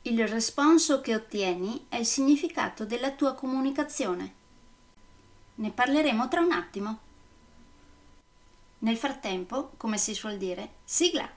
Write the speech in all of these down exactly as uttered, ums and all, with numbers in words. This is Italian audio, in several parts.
Il responso che ottieni è il significato della tua comunicazione. Ne parleremo tra un attimo. Nel frattempo, come si suol dire, sigla!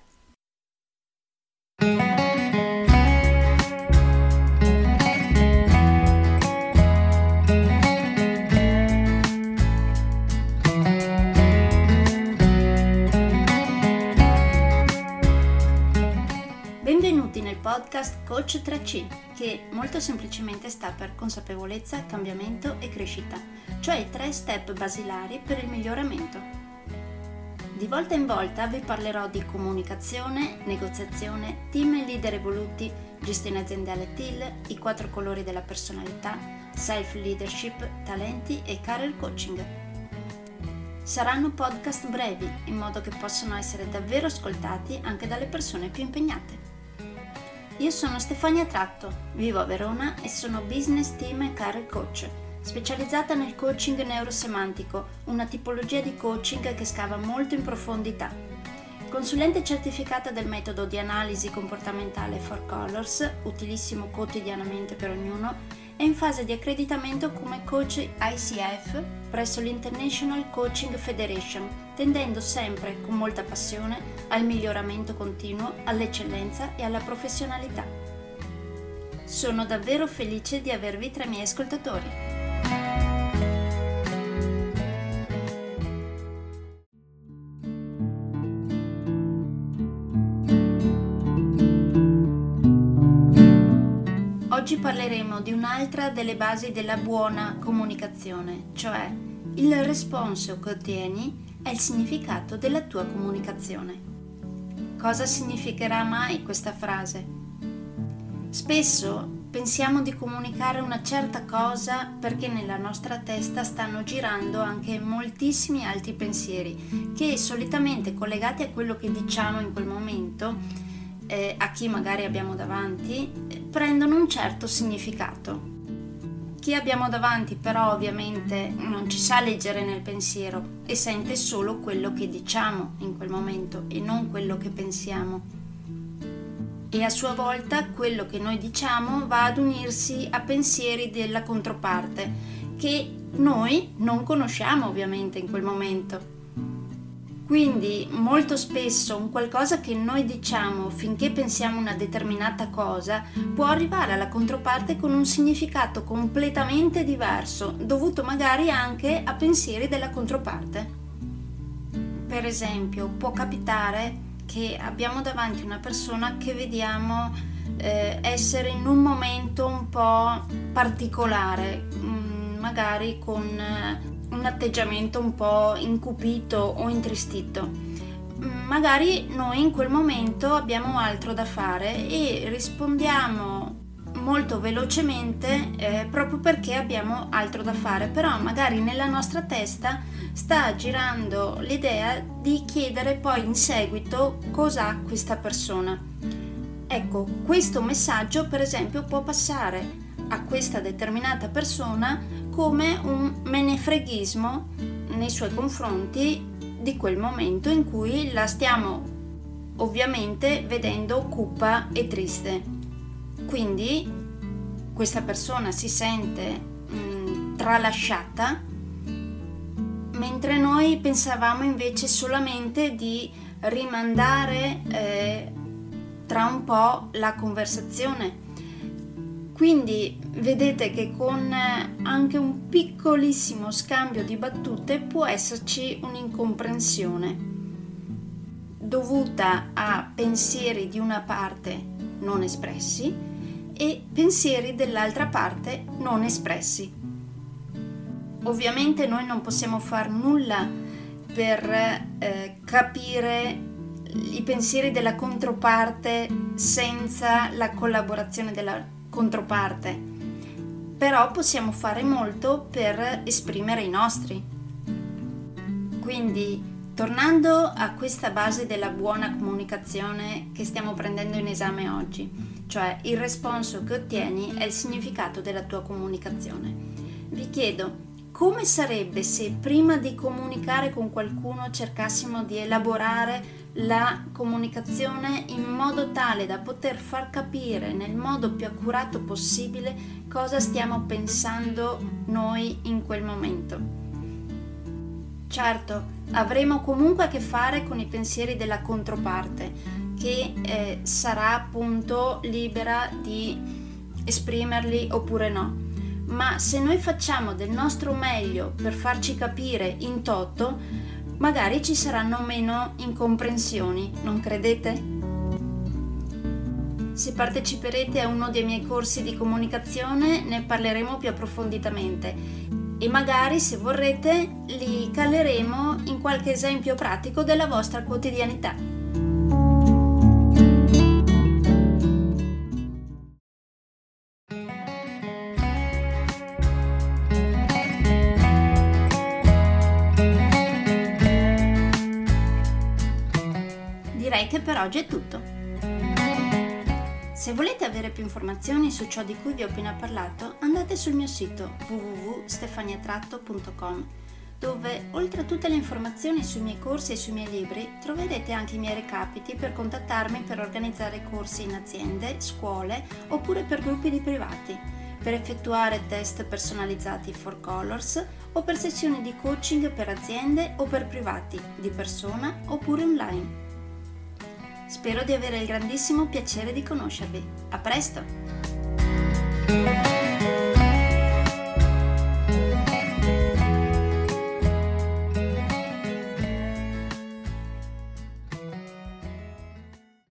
Benvenuti nel podcast Coach tre C, che molto semplicemente sta per consapevolezza, cambiamento e crescita, cioè i tre step basilari per il miglioramento. Di volta in volta vi parlerò di comunicazione, negoziazione, team e leader evoluti, gestione aziendale T I L, i quattro colori della personalità, self-leadership, talenti e career coaching. Saranno podcast brevi, in modo che possano essere davvero ascoltati anche dalle persone più impegnate. Io sono Stefania Tratto, vivo a Verona e sono business team e career coach, specializzata nel coaching neurosemantico, una tipologia di coaching che scava molto in profondità. Consulente certificata del metodo di analisi comportamentale Four Colors, utilissimo quotidianamente per ognuno, e in fase di accreditamento come coach I C F presso l'International Coaching Federation, tendendo sempre con molta passione al miglioramento continuo, all'eccellenza e alla professionalità. Sono davvero felice di avervi tra i miei ascoltatori. Oggi parleremo di un'altra delle basi della buona comunicazione, cioè il responso che ottieni è il significato della tua comunicazione. Cosa significherà mai questa frase? Spesso pensiamo di comunicare una certa cosa perché nella nostra testa stanno girando anche moltissimi altri pensieri che solitamente collegati a quello che diciamo in quel momento, eh, a chi magari abbiamo davanti, eh, prendono un certo significato. Chi abbiamo davanti però ovviamente non ci sa leggere nel pensiero e sente solo quello che diciamo in quel momento e non quello che pensiamo. E a sua volta quello che noi diciamo va ad unirsi a pensieri della controparte che noi non conosciamo ovviamente in quel momento. Quindi molto spesso un qualcosa che noi diciamo finché pensiamo una determinata cosa può arrivare alla controparte con un significato completamente diverso, dovuto magari anche a pensieri della controparte. Per esempio, può capitare che abbiamo davanti una persona che vediamo eh, essere in un momento un po' particolare, mh, magari con eh, un atteggiamento un po' incupito o intristito. Magari noi in quel momento abbiamo altro da fare e rispondiamo molto velocemente eh, proprio perché abbiamo altro da fare, però magari nella nostra testa sta girando l'idea di chiedere poi in seguito cosa ha questa persona. Ecco, questo messaggio per esempio può passare a questa determinata persona come un menefreghismo nei suoi confronti di quel momento in cui la stiamo ovviamente vedendo cupa e triste. Quindi questa persona si sente mh, tralasciata, mentre noi pensavamo invece solamente di rimandare eh, tra un po' la conversazione. Quindi vedete che con anche un piccolissimo scambio di battute può esserci un'incomprensione dovuta a pensieri di una parte non espressi e pensieri dell'altra parte non espressi. Ovviamente noi non possiamo far nulla per eh, capire i pensieri della controparte senza la collaborazione della controparte, però possiamo fare molto per esprimere i nostri. Quindi, tornando a questa base della buona comunicazione che stiamo prendendo in esame oggi, cioè il responso che ottieni è il significato della tua comunicazione, vi chiedo: come sarebbe se prima di comunicare con qualcuno cercassimo di elaborare la comunicazione in modo tale da poter far capire nel modo più accurato possibile cosa stiamo pensando noi in quel momento. Certo, avremo comunque a che fare con i pensieri della controparte, che eh, sarà appunto libera di esprimerli oppure no. Ma se noi facciamo del nostro meglio per farci capire in toto, magari ci saranno meno incomprensioni, non credete? Se parteciperete a uno dei miei corsi di comunicazione ne parleremo più approfonditamente e magari, se vorrete, li caleremo in qualche esempio pratico della vostra quotidianità. Direi che per oggi è tutto. Se volete avere più informazioni su ciò di cui vi ho appena parlato, andate sul mio sito w w w punto stefania tratto punto com, dove oltre a tutte le informazioni sui miei corsi e sui miei libri troverete anche i miei recapiti per contattarmi per organizzare corsi in aziende, scuole oppure per gruppi di privati, per effettuare test personalizzati for colors o per sessioni di coaching per aziende o per privati, di persona oppure online. Spero di avere il grandissimo piacere di conoscervi. A presto!